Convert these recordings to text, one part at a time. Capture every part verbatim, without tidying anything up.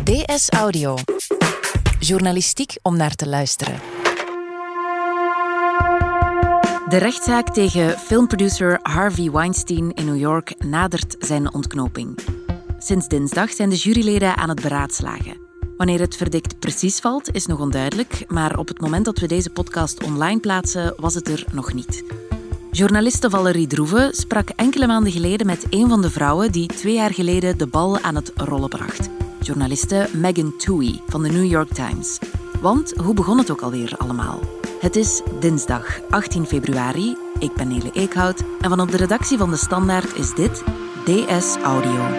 D S Audio. Journalistiek om naar te luisteren. De rechtszaak tegen filmproducer Harvey Weinstein in New York nadert zijn ontknoping. Sinds dinsdag zijn de juryleden aan het beraadslagen. Wanneer het verdict precies valt, is nog onduidelijk, maar op het moment dat we deze podcast online plaatsen, was het er nog niet. Journaliste Valerie Droeve sprak enkele maanden geleden met een van de vrouwen die twee jaar geleden de bal aan het rollen bracht. Journaliste Megan Twohey van de New York Times. Want hoe begon het ook alweer allemaal? Het is dinsdag achttien februari, ik ben Nele Eekhout en van op de redactie van De Standaard is dit D S Audio.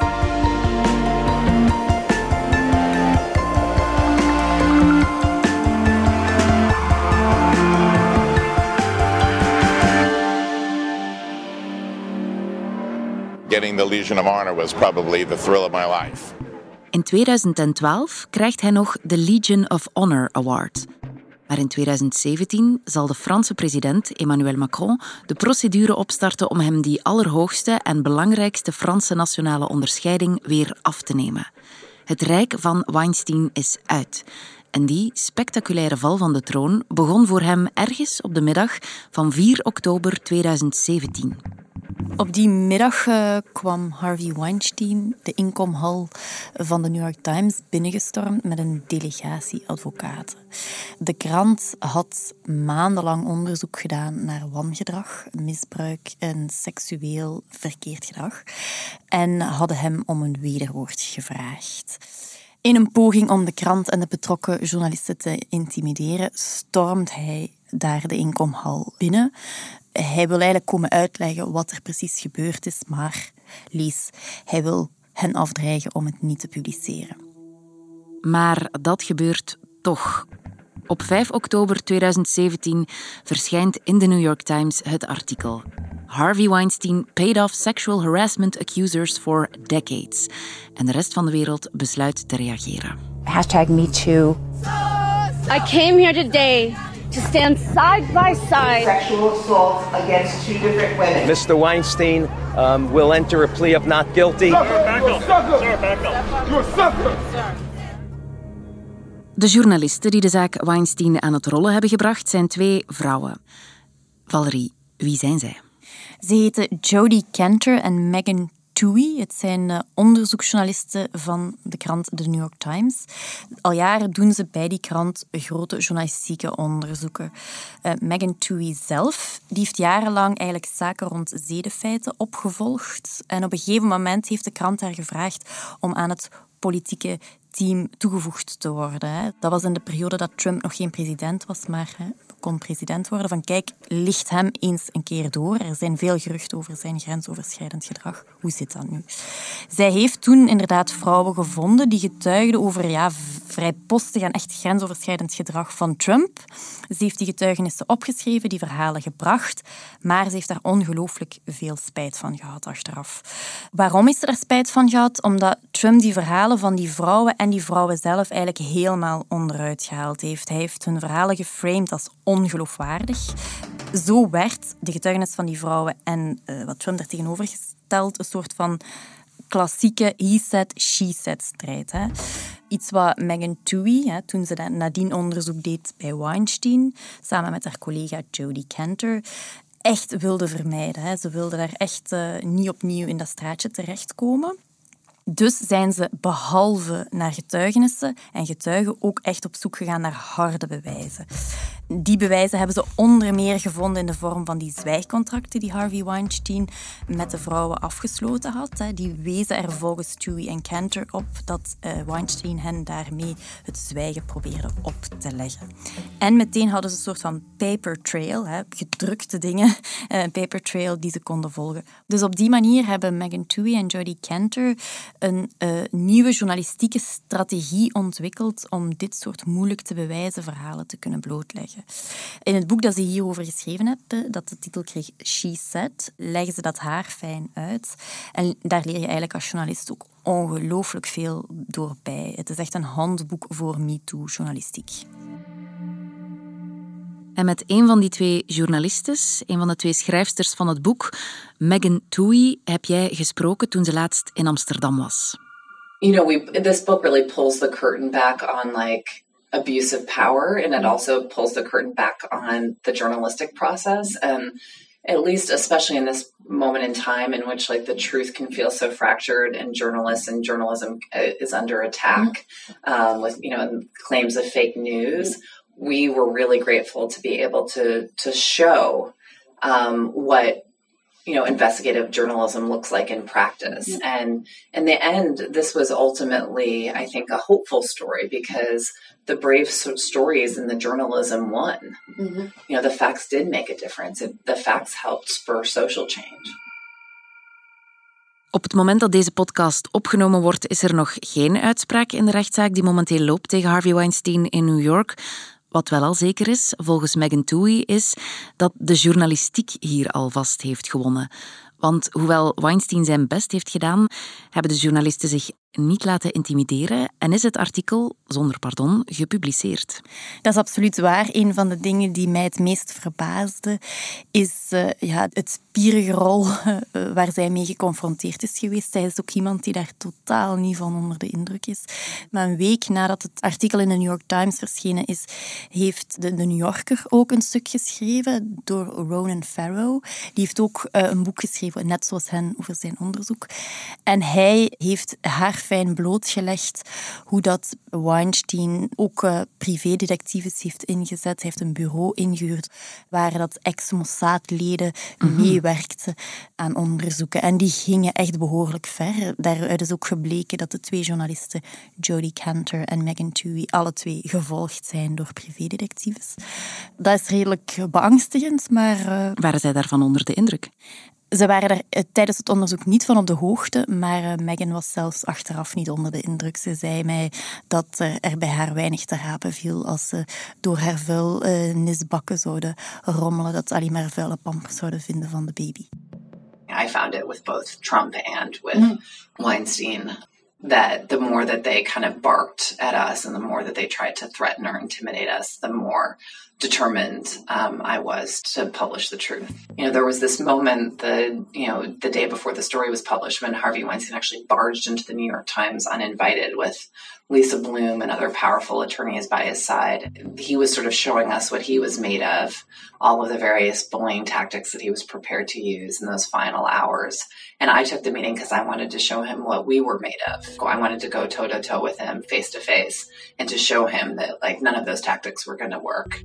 Getting the Legion of Honor was probably the thrill of my life. In tweeduizend twaalf krijgt hij nog de Legion of Honor Award. Maar in tweeduizend zeventien zal de Franse president Emmanuel Macron de procedure opstarten om hem die allerhoogste en belangrijkste Franse nationale onderscheiding weer af te nemen. Het rijk van Weinstein is uit. En die spectaculaire val van de troon begon voor hem ergens op de middag van vier oktober tweeduizend zeventien. Op die middag uh, kwam Harvey Weinstein de inkomhal van de New York Times binnengestormd met een delegatie advocaten. De krant had maandenlang onderzoek gedaan naar wangedrag, misbruik en seksueel verkeerd gedrag en hadden hem om een wederwoord gevraagd. In een poging om de krant en de betrokken journalisten te intimideren, stormt hij daar de inkomhal binnen. Hij wil eigenlijk komen uitleggen wat er precies gebeurd is, maar lees, hij wil hen afdreigen om het niet te publiceren. Maar dat gebeurt toch. Op vijf oktober tweeduizend zeventien verschijnt in de New York Times het artikel Harvey Weinstein paid off sexual harassment accusers for decades. En de rest van de wereld besluit te reageren. Hashtag MeToo. I came here today to stand side by side. Sexual assault against two different women. Mister Weinstein um, will enter a plea of not guilty. Sir, back up. Sir, back up. You're a sucker. De journalisten die de zaak Weinstein aan het rollen hebben gebracht zijn twee vrouwen. Valerie, wie zijn zij? Ze heten Jodi Kantor en Megan Twohey. Het zijn uh, onderzoeksjournalisten van de krant The New York Times. Al jaren doen ze bij die krant grote journalistieke onderzoeken. Uh, Megan Twohey zelf die heeft jarenlang eigenlijk zaken rond zedenfeiten opgevolgd. En op een gegeven moment heeft de krant haar gevraagd om aan het politieke team toegevoegd te worden. Hè. Dat was in de periode dat Trump nog geen president was, maar hè, kon president worden. Van kijk, licht hem eens een keer door. Er zijn veel geruchten over zijn grensoverschrijdend gedrag. Hoe zit dat nu? Zij heeft toen inderdaad vrouwen gevonden die getuigden over ja, vrijpostig en echt grensoverschrijdend gedrag van Trump. Ze heeft die getuigenissen opgeschreven, die verhalen gebracht, maar ze heeft daar ongelooflijk veel spijt van gehad achteraf. Waarom is ze er spijt van gehad? Omdat Trump die verhalen van die vrouwen en die vrouwen zelf eigenlijk helemaal onderuit gehaald heeft. Hij heeft hun verhalen geframed als ongeloofwaardig. Zo werd de getuigenis van die vrouwen en uh, wat Trump er tegenover gesteld een soort van klassieke he said, she said strijd. Hè. Iets wat Megan Twohey, hè, toen ze dat nadien onderzoek deed bij Weinstein, samen met haar collega Jodi Kantor, echt wilde vermijden. Hè. Ze wilde daar echt uh, niet opnieuw in dat straatje terechtkomen. Dus zijn ze behalve naar getuigenissen en getuigen ook echt op zoek gegaan naar harde bewijzen. Die bewijzen hebben ze onder meer gevonden in de vorm van die zwijgcontracten die Harvey Weinstein met de vrouwen afgesloten had. Die wezen er volgens Twohey en Kantor op dat Weinstein hen daarmee het zwijgen probeerde op te leggen. En meteen hadden ze een soort van paper trail, gedrukte dingen, een paper trail die ze konden volgen. Dus op die manier hebben Megan Twohey en Jodi Kantor een uh, nieuwe journalistieke strategie ontwikkeld om dit soort moeilijk te bewijzen verhalen te kunnen blootleggen. In het boek dat ze hierover geschreven hebben, dat de titel kreeg She Said, leggen ze dat haar fijn uit. En daar leer je eigenlijk als journalist ook ongelooflijk veel door bij. Het is echt een handboek voor MeToo-journalistiek. En met een van die twee journalistes, een van de twee schrijfsters van het boek, Megan Twohey, heb jij gesproken toen ze laatst in Amsterdam was. you know, we this book really pulls the curtain back on like abuse of power, and it also pulls the curtain back on the journalistic process. And at least, especially in this moment in time in which like the truth can feel so fractured and journalists and journalism is under attack um, with, you know, claims of fake news, we were really grateful to be able to to show um, what, you know, investigative journalism looks like in practice. Mm-hmm. And in the end, this was ultimately, I think, a hopeful story because the brave stories in the journalism won. Mm-hmm. You know, the facts did make a difference. It, the facts helped spur social change. Op het moment dat deze podcast opgenomen wordt, is er nog geen uitspraak in de rechtszaak die momenteel loopt tegen Harvey Weinstein in New York. Wat wel al zeker is, volgens Megan Twohey, is dat de journalistiek hier alvast heeft gewonnen. Want hoewel Weinstein zijn best heeft gedaan, hebben de journalisten zich niet laten intimideren en is het artikel, zonder pardon, gepubliceerd. Dat is absoluut waar. Een van de dingen die mij het meest verbaasde is uh, ja, het spierengerol uh, waar zij mee geconfronteerd is geweest. Zij is ook iemand die daar totaal niet van onder de indruk is. Maar een week nadat het artikel in de New York Times verschenen is, heeft de, de New Yorker ook een stuk geschreven door Ronan Farrow. Die heeft ook uh, een boek geschreven, net zoals hen, over zijn onderzoek. En hij heeft haar fijn blootgelegd hoe dat Weinstein ook uh, privédetectives heeft ingezet. Hij heeft een bureau ingehuurd waar dat ex-Mossad-leden mm-hmm. meewerkten aan onderzoeken. En die gingen echt behoorlijk ver. Daaruit is ook gebleken dat de twee journalisten, Jodi Kantor en Megan Twohey, alle twee gevolgd zijn door privédetectives. Dat is redelijk beangstigend, maar... Uh... Waren zij daarvan onder de indruk? Ze waren er uh, tijdens het onderzoek niet van op de hoogte, maar uh, Megan was zelfs achteraf niet onder de indruk. Ze zei mij dat uh, er bij haar weinig te rapen viel als ze door haar vuil uh, nisbakken zouden rommelen, dat ze alleen maar vuile pampers zouden vinden van de baby. I found it with both Trump and with mm. Weinstein that the more that they kind of barked at us and the more that they tried to threaten or intimidate us, the more determined um, I was to publish the truth. You know, there was this moment, the you know, the day before the story was published, when Harvey Weinstein actually barged into the New York Times uninvited with Lisa Bloom and other powerful attorneys by his side. He was sort of showing us what he was made of, all of the various bullying tactics that he was prepared to use in those final hours. And I took the meeting because I wanted to show him what we were made of. I wanted to go toe-to-toe with him, face-to-face, and to show him that like none of those tactics were going to work.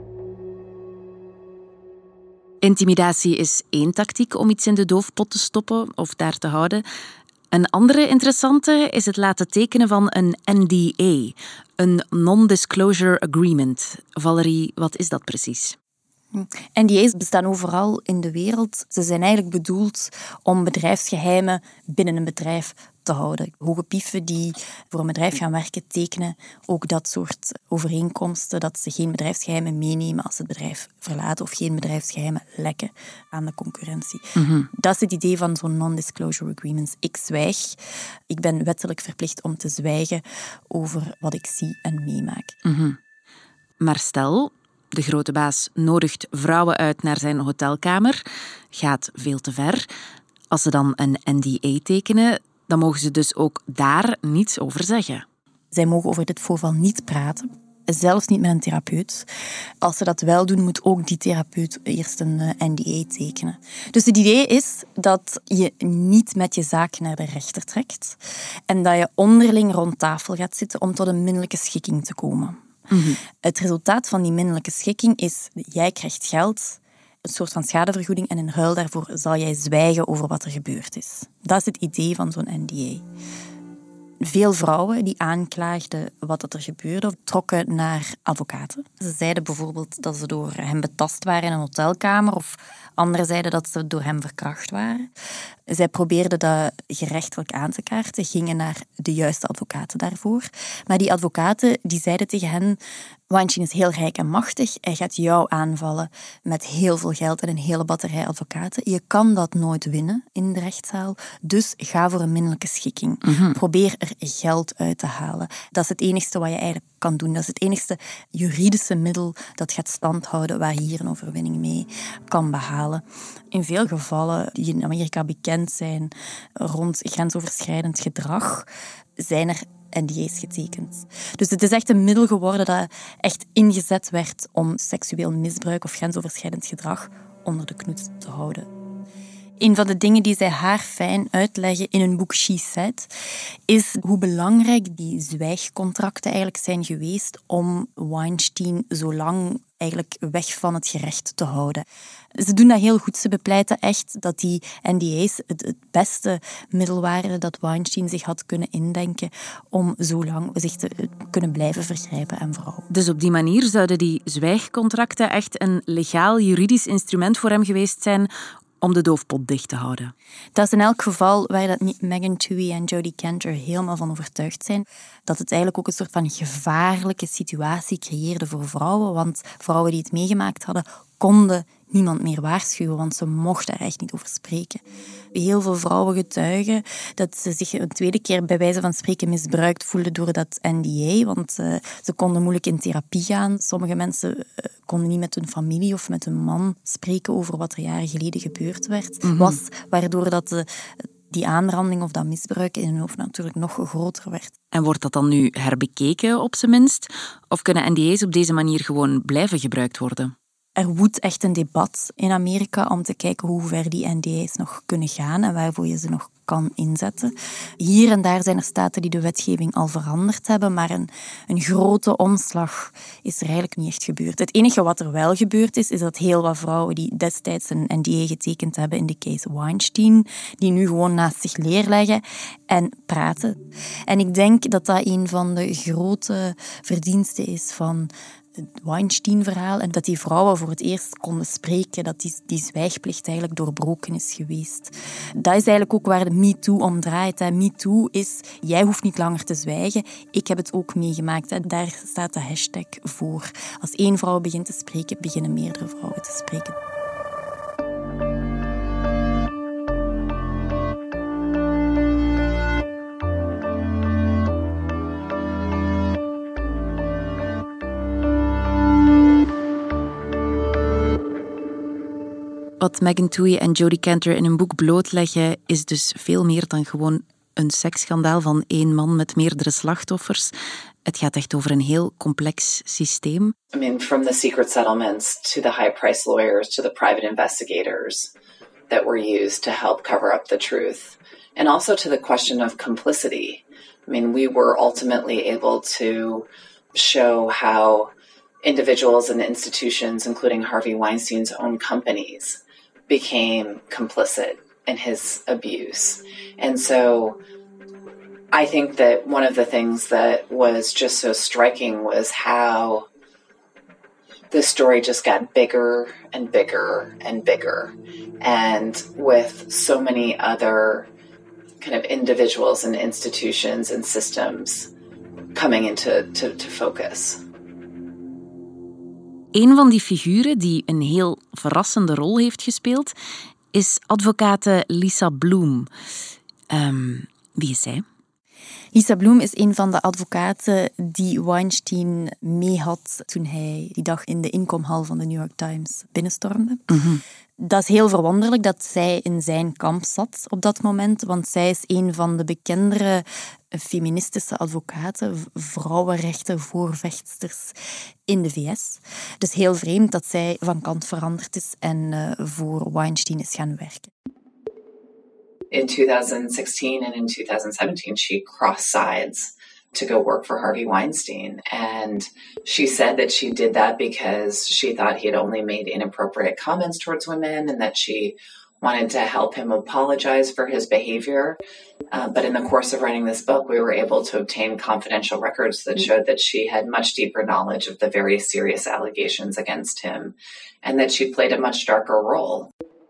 Intimidatie is één tactiek om iets in de doofpot te stoppen of daar te houden. Een andere interessante is het laten tekenen van een N D A, een Non-Disclosure Agreement. Valerie, wat is dat precies? N D A's bestaan overal in de wereld. Ze zijn eigenlijk bedoeld om bedrijfsgeheimen binnen een bedrijf te houden. Hoge pieven die voor een bedrijf gaan werken, tekenen ook dat soort overeenkomsten, dat ze geen bedrijfsgeheimen meenemen als ze het bedrijf verlaten of geen bedrijfsgeheimen lekken aan de concurrentie. Mm-hmm. Dat is het idee van zo'n non-disclosure agreements. Ik zwijg. Ik ben wettelijk verplicht om te zwijgen over wat ik zie en meemaak. Mm-hmm. Maar stel, de grote baas nodigt vrouwen uit naar zijn hotelkamer, gaat veel te ver. Als ze dan een N D A tekenen, dan mogen ze dus ook daar niets over zeggen. Zij mogen over dit voorval niet praten, zelfs niet met een therapeut. Als ze dat wel doen, moet ook die therapeut eerst een N D A tekenen. Dus het idee is dat je niet met je zaak naar de rechter trekt en dat je onderling rond tafel gaat zitten om tot een minnelijke schikking te komen. Mm-hmm. Het resultaat van die minnelijke schikking is, jij krijgt geld, een soort van schadevergoeding, en in ruil daarvoor zal jij zwijgen over wat er gebeurd is. Dat is het idee van zo'n N D A. Veel vrouwen die aanklaagden wat er gebeurde, trokken naar advocaten. Ze zeiden bijvoorbeeld dat ze door hem betast waren in een hotelkamer, of anderen zeiden dat ze door hem verkracht waren. Zij probeerden dat gerechtelijk aan te kaarten, gingen naar de juiste advocaten daarvoor. Maar die advocaten die zeiden tegen hen, Weinstein is heel rijk en machtig, hij gaat jou aanvallen met heel veel geld en een hele batterij advocaten. Je kan dat nooit winnen in de rechtszaal, dus ga voor een minnelijke schikking. Mm-hmm. Probeer er geld uit te halen. Dat is het enigste wat je eigenlijk kan doen. Dat is het enigste juridische middel dat gaat standhouden waar hier een overwinning mee kan behalen. In veel gevallen die in Amerika bekend zijn rond grensoverschrijdend gedrag, zijn er N D A's getekend. Dus het is echt een middel geworden dat echt ingezet werd om seksueel misbruik of grensoverschrijdend gedrag onder de knoet te houden. Een van de dingen die zij haar fijn uitleggen in hun boek She Said, is hoe belangrijk die zwijgcontracten eigenlijk zijn geweest om Weinstein zo lang eigenlijk weg van het gerecht te houden. Ze doen dat heel goed. Ze bepleiten echt dat die N D A's het, het beste middel waren dat Weinstein zich had kunnen indenken om zo lang zich te kunnen blijven vergrijpen aan vrouwen. Dus op die manier zouden die zwijgcontracten echt een legaal juridisch instrument voor hem geweest zijn om de doofpot dicht te houden. Dat is in elk geval waar dat Megan Twohey en Jodi Kantor helemaal van overtuigd zijn. Dat het eigenlijk ook een soort van gevaarlijke situatie creëerde voor vrouwen. Want vrouwen die het meegemaakt hadden, konden niemand meer waarschuwen, want ze mochten er echt niet over spreken. Heel veel vrouwen getuigen dat ze zich een tweede keer bij wijze van spreken misbruikt voelden door dat N D A, want uh, ze konden moeilijk in therapie gaan. Sommige mensen uh, konden niet met hun familie of met hun man spreken over wat er jaren geleden gebeurd werd, mm-hmm. was, waardoor dat de, die aanranding of dat misbruik in hun hoofd natuurlijk nog groter werd. En wordt dat dan nu herbekeken, op zijn minst? Of kunnen N D A's op deze manier gewoon blijven gebruikt worden? Er woedt echt een debat in Amerika om te kijken hoe ver die N D A's nog kunnen gaan en waarvoor je ze nog kan inzetten. Hier en daar zijn er staten die de wetgeving al veranderd hebben, maar een, een grote omslag is er eigenlijk niet echt gebeurd. Het enige wat er wel gebeurd is, is dat heel wat vrouwen die destijds een N D A getekend hebben in de case Weinstein, die nu gewoon naast zich neerleggen en praten. En ik denk dat dat een van de grote verdiensten is van het Weinstein-verhaal en dat die vrouwen voor het eerst konden spreken, dat die, die zwijgplicht eigenlijk doorbroken is geweest. Dat is eigenlijk ook waar de MeToo om draait. Hè. MeToo is, jij hoeft niet langer te zwijgen, ik heb het ook meegemaakt. Hè. Daar staat de hashtag voor. Als één vrouw begint te spreken, beginnen meerdere vrouwen te spreken. Wat Megan Twohey en Jodi Kantor in hun boek blootleggen is dus veel meer dan gewoon een seksschandaal van één man met meerdere slachtoffers. Het gaat echt over een heel complex systeem. I mean, from the secret settlements to the high-priced lawyers to the private investigators that were used to help cover up the truth. And also to the question of complicity. I mean, we were ultimately able to show how individuals and institutions, including Harvey Weinstein's own companies, became complicit in his abuse. And so I think that one of the things that was just so striking was how the story just got bigger and bigger and bigger. And with so many other kind of individuals and institutions and systems coming into to, to focus. Een van die figuren die een heel verrassende rol heeft gespeeld, is advocate Lisa Bloom. Um, wie is zij? Lisa Bloom is een van de advocaten die Weinstein mee had toen hij die dag in de inkomhal van de New York Times binnenstormde. Mm-hmm. Dat is heel verwonderlijk dat zij in zijn kamp zat op dat moment, want zij is een van de bekendere feministische advocaten, vrouwenrechtenvoorvechtsters in de V S. Het is heel vreemd dat zij van kant veranderd is en uh, voor Weinstein is gaan werken. In twenty sixteen and in twenty seventeen, she crossed sides to go work for Harvey Weinstein. And she said that she did that because she thought he had only made inappropriate comments towards women and that she wanted to help him apologize for his behavior. Uh, but in the course of writing this book, we were able to obtain confidential records that showed that she had much deeper knowledge of the very serious allegations against him and that she played a much darker role.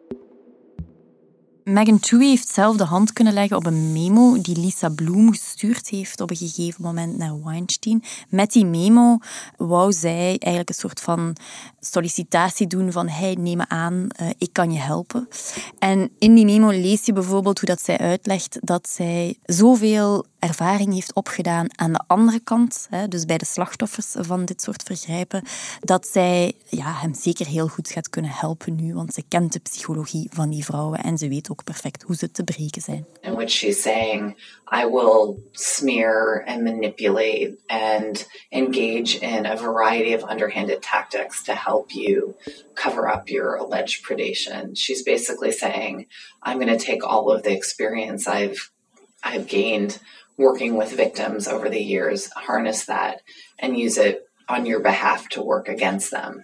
Megan Twohey heeft zelf de hand kunnen leggen op een memo die Lisa Bloom gestuurd heeft op een gegeven moment naar Weinstein. Met die memo wou zij eigenlijk een soort van sollicitatie doen van hey, neem me aan, uh, ik kan je helpen. En in die memo lees je bijvoorbeeld hoe dat zij uitlegt dat zij zoveel ervaring heeft opgedaan aan de andere kant, hè, dus bij de slachtoffers van dit soort vergrijpen, dat zij ja, hem zeker heel goed gaat kunnen helpen nu, want ze kent de psychologie van die vrouwen en ze weet ook perfect hoe ze te breken zijn. In which she's saying, I will smear and manipulate and engage in a variety of underhanded tactics to help you cover up your alleged predation. She's basically saying, I'm going to take all of the experience I've I've gained working with victims over the years, harness that, and use it on your behalf to work against them.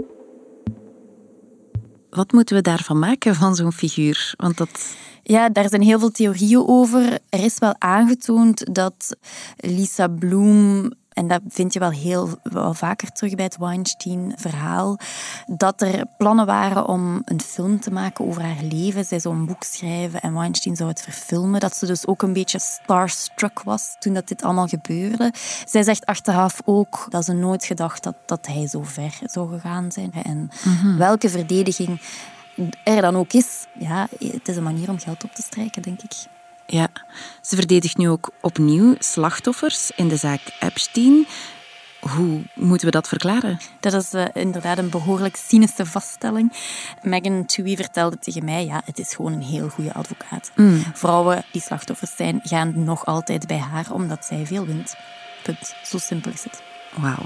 Wat moeten we daarvan maken, van zo'n figuur? Want dat... Ja, daar zijn heel veel theorieën over. Er is wel aangetoond dat Lisa Bloom, en dat vind je wel heel wel vaker terug bij het Weinstein-verhaal, dat er plannen waren om een film te maken over haar leven. Zij zou een boek schrijven en Weinstein zou het verfilmen. Dat ze dus ook een beetje starstruck was toen dat dit allemaal gebeurde. Zij zegt achteraf ook dat ze nooit gedacht had dat hij zo ver zou gegaan zijn. En mm-hmm. welke verdediging er dan ook is, ja, het is een manier om geld op te strijken, denk ik. Ja, ze verdedigt nu ook opnieuw slachtoffers in de zaak Epstein. Hoe moeten we dat verklaren? Dat is uh, inderdaad een behoorlijk cynische vaststelling. Megan Twohey vertelde tegen mij, ja, het is gewoon een heel goede advocaat. Mm. Vrouwen die slachtoffers zijn, gaan nog altijd bij haar omdat zij veel wint. Punt. Zo simpel is het. Wauw.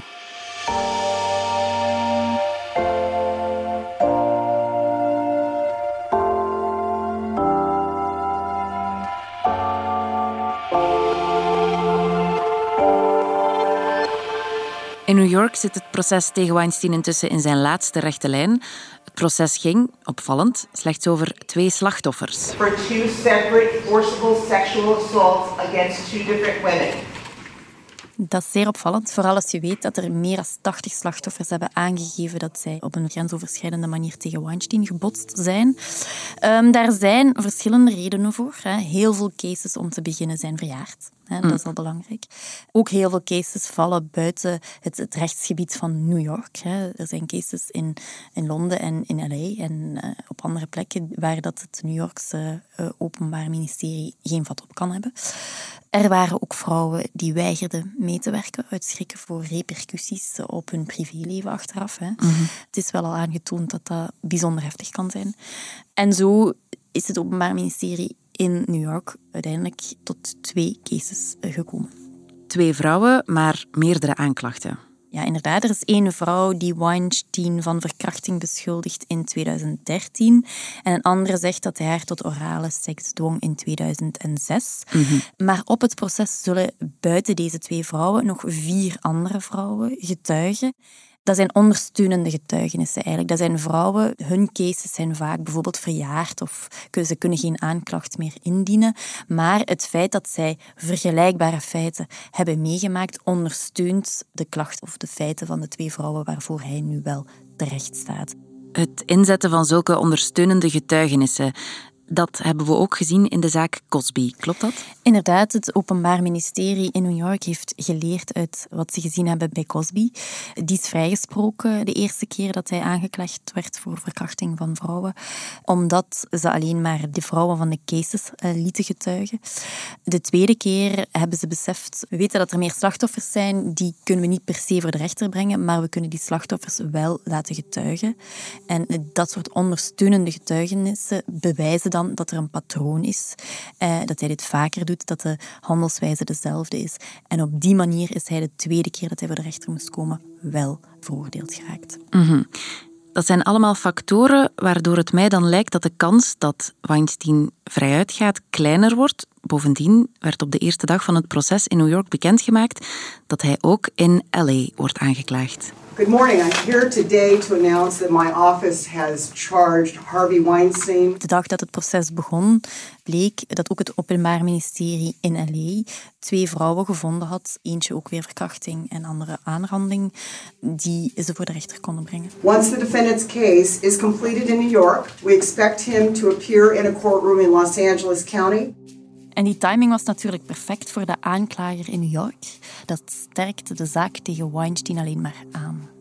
In New York zit het proces tegen Weinstein intussen in zijn laatste rechte lijn. Het proces ging, opvallend, slechts over twee slachtoffers. For two separate forcible sexual assaults against two different women. Dat is zeer opvallend, vooral als je weet dat er meer dan tachtig slachtoffers hebben aangegeven dat zij op een grensoverschrijdende manier tegen Weinstein gebotst zijn. Um, daar zijn verschillende redenen voor. Hè. Heel veel cases om te beginnen zijn verjaard. Hè. Dat is al belangrijk. Ook heel veel cases vallen buiten het, het rechtsgebied van New York. Hè. Er zijn cases in, in Londen en in L A en uh, op andere plekken waar dat het New Yorkse uh, Openbaar Ministerie geen vat op kan hebben. Er waren ook vrouwen die weigerden mee te werken uit schrik voor repercussies op hun privéleven achteraf. Hè. Mm-hmm. Het is wel al aangetoond dat dat bijzonder heftig kan zijn. En zo is het Openbaar Ministerie in New York uiteindelijk tot twee cases gekomen. Twee vrouwen, maar meerdere aanklachten. Ja, inderdaad. Er is één vrouw die Weinstein van verkrachting beschuldigt in tweeduizend dertien. En een andere zegt dat hij haar tot orale seks dwong in tweeduizend zes. Mm-hmm. Maar op het proces zullen buiten deze twee vrouwen nog vier andere vrouwen getuigen. Dat zijn ondersteunende getuigenissen eigenlijk. Dat zijn vrouwen, hun cases zijn vaak bijvoorbeeld verjaard of ze kunnen geen aanklacht meer indienen. Maar het feit dat zij vergelijkbare feiten hebben meegemaakt, ondersteunt de klacht of de feiten van de twee vrouwen waarvoor hij nu wel terecht staat. Het inzetten van zulke ondersteunende getuigenissen, dat hebben we ook gezien in de zaak Cosby. Klopt dat? Inderdaad, het Openbaar Ministerie in New York heeft geleerd uit wat ze gezien hebben bij Cosby. Die is vrijgesproken de eerste keer dat hij aangeklaagd werd voor verkrachting van vrouwen, omdat ze alleen maar de vrouwen van de cases uh, lieten getuigen. De tweede keer hebben ze beseft, we weten dat er meer slachtoffers zijn, die kunnen we niet per se voor de rechter brengen, maar we kunnen die slachtoffers wel laten getuigen. En dat soort ondersteunende getuigenissen bewijzen dan dat er een patroon is, eh, dat hij dit vaker doet, dat de handelswijze dezelfde is. En op die manier is hij de tweede keer dat hij voor de rechter moest komen wel veroordeeld geraakt. Mm-hmm. Dat zijn allemaal factoren waardoor het mij dan lijkt dat de kans dat Weinstein vrijuit gaat kleiner wordt. Bovendien werd op de eerste dag van het proces in New York bekendgemaakt dat hij ook in L A wordt aangeklaagd. Good morning. I'm here today to announce that my office has charged Harvey Weinstein. De dag dat het proces begon, bleek dat ook het Openbaar Ministerie in L A twee vrouwen gevonden had, eentje ook weer verkrachting en andere aanranding, die ze voor de rechter konden brengen. Once the defendant's case is completed in New York, we expect him to appear in a courtroom in Los Angeles County. En die timing was natuurlijk perfect voor de aanklager in New York. Dat sterkte de zaak tegen Weinstein alleen maar aan.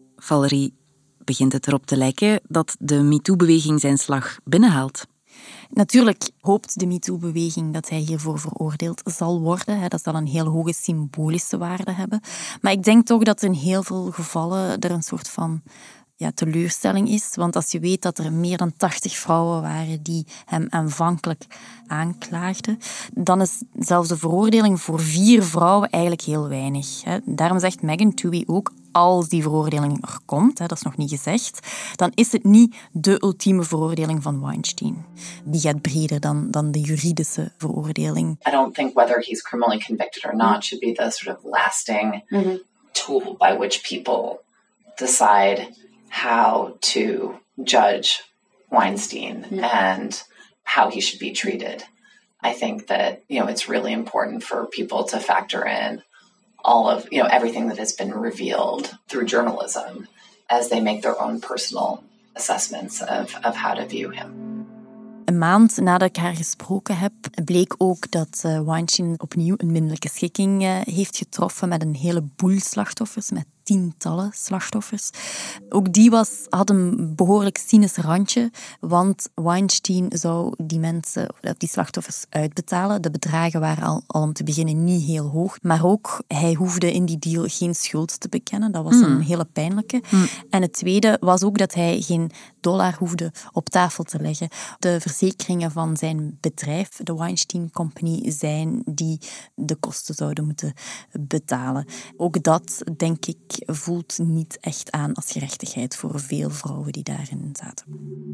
Valerie, begint het erop te lijken dat de MeToo-beweging zijn slag binnenhaalt? Natuurlijk hoopt de MeToo-beweging dat hij hiervoor veroordeeld zal worden. Dat zal een heel hoge symbolische waarde hebben. Maar ik denk toch dat in heel veel gevallen er een soort van ja, teleurstelling is. Want als je weet dat er meer dan tachtig vrouwen waren die hem aanvankelijk aanklaagden, dan is zelfs de veroordeling voor vier vrouwen eigenlijk heel weinig. Daarom zegt Megan Twohey ook, als die veroordeling er komt, dat is nog niet gezegd, dan is het niet de ultieme veroordeling van Weinstein. Die gaat breder dan, dan de juridische veroordeling. I don't think whether he's criminally convicted or not should be the sort of lasting mm-hmm. tool by which people decide how to judge Weinstein mm-hmm. and how he should be treated. I think that, you know, it's really important for people to factor in all of, you know, everything that has been revealed through journalism as they make their own personal assessments of, of how to view him. Een maand nadat ik haar gesproken heb, bleek ook dat uh, Weinstein opnieuw een minderlijke schikking uh, heeft getroffen met een heleboel slachtoffers, met tientallen slachtoffers. Ook die was, had een behoorlijk cynisch randje, want Weinstein zou die mensen, die slachtoffers uitbetalen. De bedragen waren al, al om te beginnen niet heel hoog, maar ook hij hoefde in die deal geen schuld te bekennen. Dat was mm. een hele pijnlijke. Mm. En het tweede was ook dat hij geen dollar hoefde op tafel te leggen. De verzekeringen van zijn bedrijf, de Weinstein Company, zijn die de kosten zouden moeten betalen. Ook dat, denk ik, voelt niet echt aan als gerechtigheid voor veel vrouwen die daarin zaten.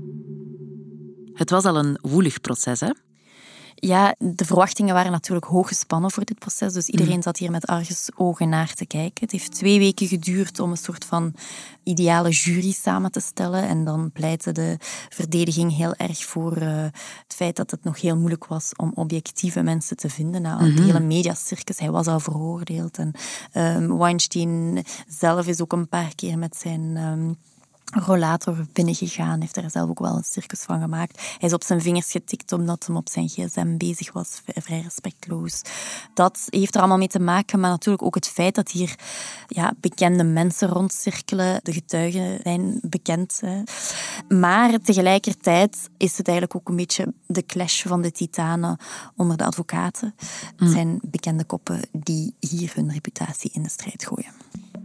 Het was al een woelig proces, hè? Ja, de verwachtingen waren natuurlijk hoog gespannen voor dit proces, dus iedereen mm. zat hier met argusogen naar te kijken. Het heeft twee weken geduurd om een soort van ideale jury samen te stellen en dan pleitte de verdediging heel erg voor uh, het feit dat het nog heel moeilijk was om objectieve mensen te vinden. Nou, mm-hmm. Het hele mediacircus, hij was al veroordeeld en um, Weinstein zelf is ook een paar keer met zijn Um, rollator binnengegaan, heeft er zelf ook wel een circus van gemaakt. Hij is op zijn vingers getikt omdat hij op zijn gsm bezig was, vrij respectloos. Dat heeft er allemaal mee te maken, maar natuurlijk ook het feit dat hier ja, bekende mensen rondcirkelen. De getuigen zijn bekend. Hè. Maar tegelijkertijd is het eigenlijk ook een beetje de clash van de titanen onder de advocaten. Het zijn bekende koppen die hier hun reputatie in de strijd gooien.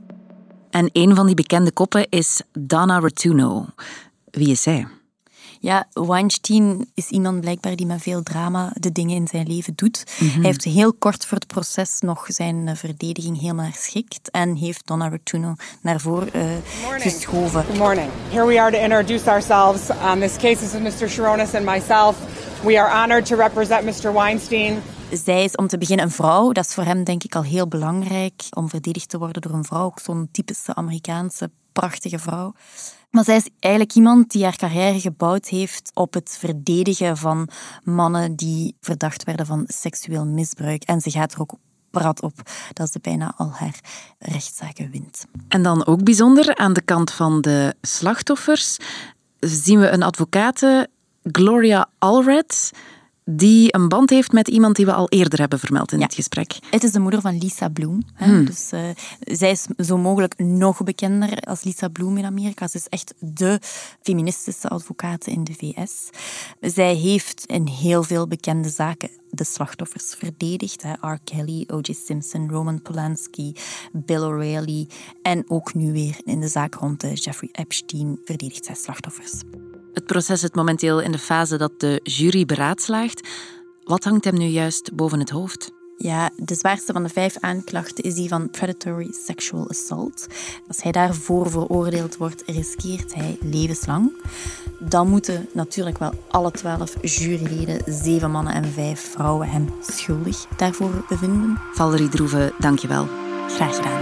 En een van die bekende koppen is Donna Rotunno. Wie is zij? Ja, Weinstein is iemand blijkbaar die met veel drama de dingen in zijn leven doet. Mm-hmm. Hij heeft heel kort voor het proces nog zijn verdediging helemaal herschikt en heeft Donna Rotunno naar voren uh, geschoven. Good morning. Here we are to introduce ourselves. Um, this case is with mister Sharonis and myself. We are honored to represent mister Weinstein. Zij is om te beginnen een vrouw. Dat is voor hem denk ik al heel belangrijk om verdedigd te worden door een vrouw. Ook zo'n typische Amerikaanse prachtige vrouw. Maar zij is eigenlijk iemand die haar carrière gebouwd heeft op het verdedigen van mannen die verdacht werden van seksueel misbruik. En ze gaat er ook prat op dat ze bijna al haar rechtszaken wint. En dan ook bijzonder, aan de kant van de slachtoffers zien we een advocate, Gloria Allred, die een band heeft met iemand die we al eerder hebben vermeld in ja. dit gesprek. Het is de moeder van Lisa Bloom. Hè. Hmm. Dus, uh, zij is zo mogelijk nog bekender als Lisa Bloom in Amerika. Ze is echt de feministische advocate in de V S. Zij heeft in heel veel bekende zaken de slachtoffers verdedigd. Hè. R. Kelly, O J. Simpson, Roman Polanski, Bill O'Reilly. En ook nu weer in de zaak rond de Jeffrey Epstein verdedigt zij slachtoffers. Het proces zit momenteel in de fase dat de jury beraadslaagt. Wat hangt hem nu juist boven het hoofd? Ja, de zwaarste van de vijf aanklachten is die van predatory sexual assault. Als hij daarvoor veroordeeld wordt, riskeert hij levenslang. Dan moeten natuurlijk wel alle twaalf juryleden, zeven mannen en vijf vrouwen, hem schuldig daarvoor bevinden. Valerie Droeve, dank je wel. Graag gedaan.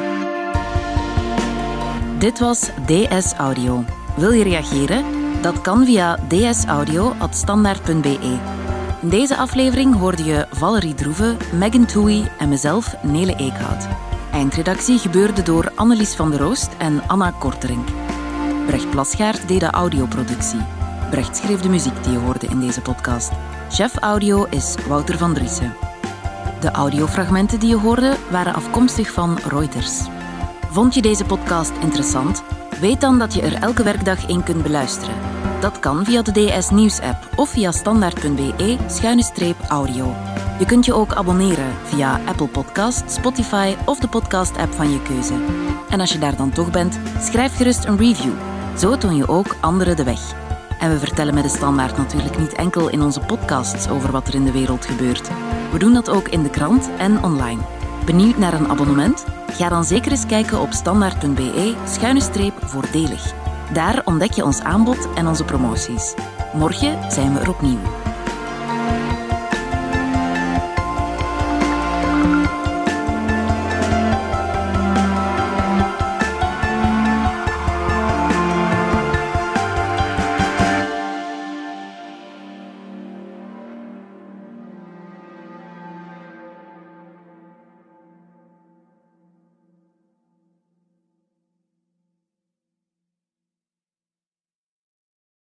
Dit was D S Audio. Wil je reageren? Dat kan via d s audio at standaard punt b e. In deze aflevering hoorde je Valerie Droeve, Megan Twohey en mezelf, Nele Eekhout. Eindredactie gebeurde door Annelies van der Roost en Anna Korterink. Brecht Plasgaard deed de audioproductie. Brecht schreef de muziek die je hoorde in deze podcast. Chef audio is Wouter van Driessen. De audiofragmenten die je hoorde waren afkomstig van Reuters. Vond je deze podcast interessant? Weet dan dat je er elke werkdag één kunt beluisteren. Dat kan via de D S Nieuws-app of via standaard.be schuine streep audio. Je kunt je ook abonneren via Apple Podcast, Spotify of de podcast-app van je keuze. En als je daar dan toch bent, schrijf gerust een review. Zo toon je ook anderen de weg. En we vertellen met de Standaard natuurlijk niet enkel in onze podcasts over wat er in de wereld gebeurt. We doen dat ook in de krant en online. Benieuwd naar een abonnement? Ga dan zeker eens kijken op standaard.be schuine streep voordelig. Daar ontdek je ons aanbod en onze promoties. Morgen zijn we er opnieuw.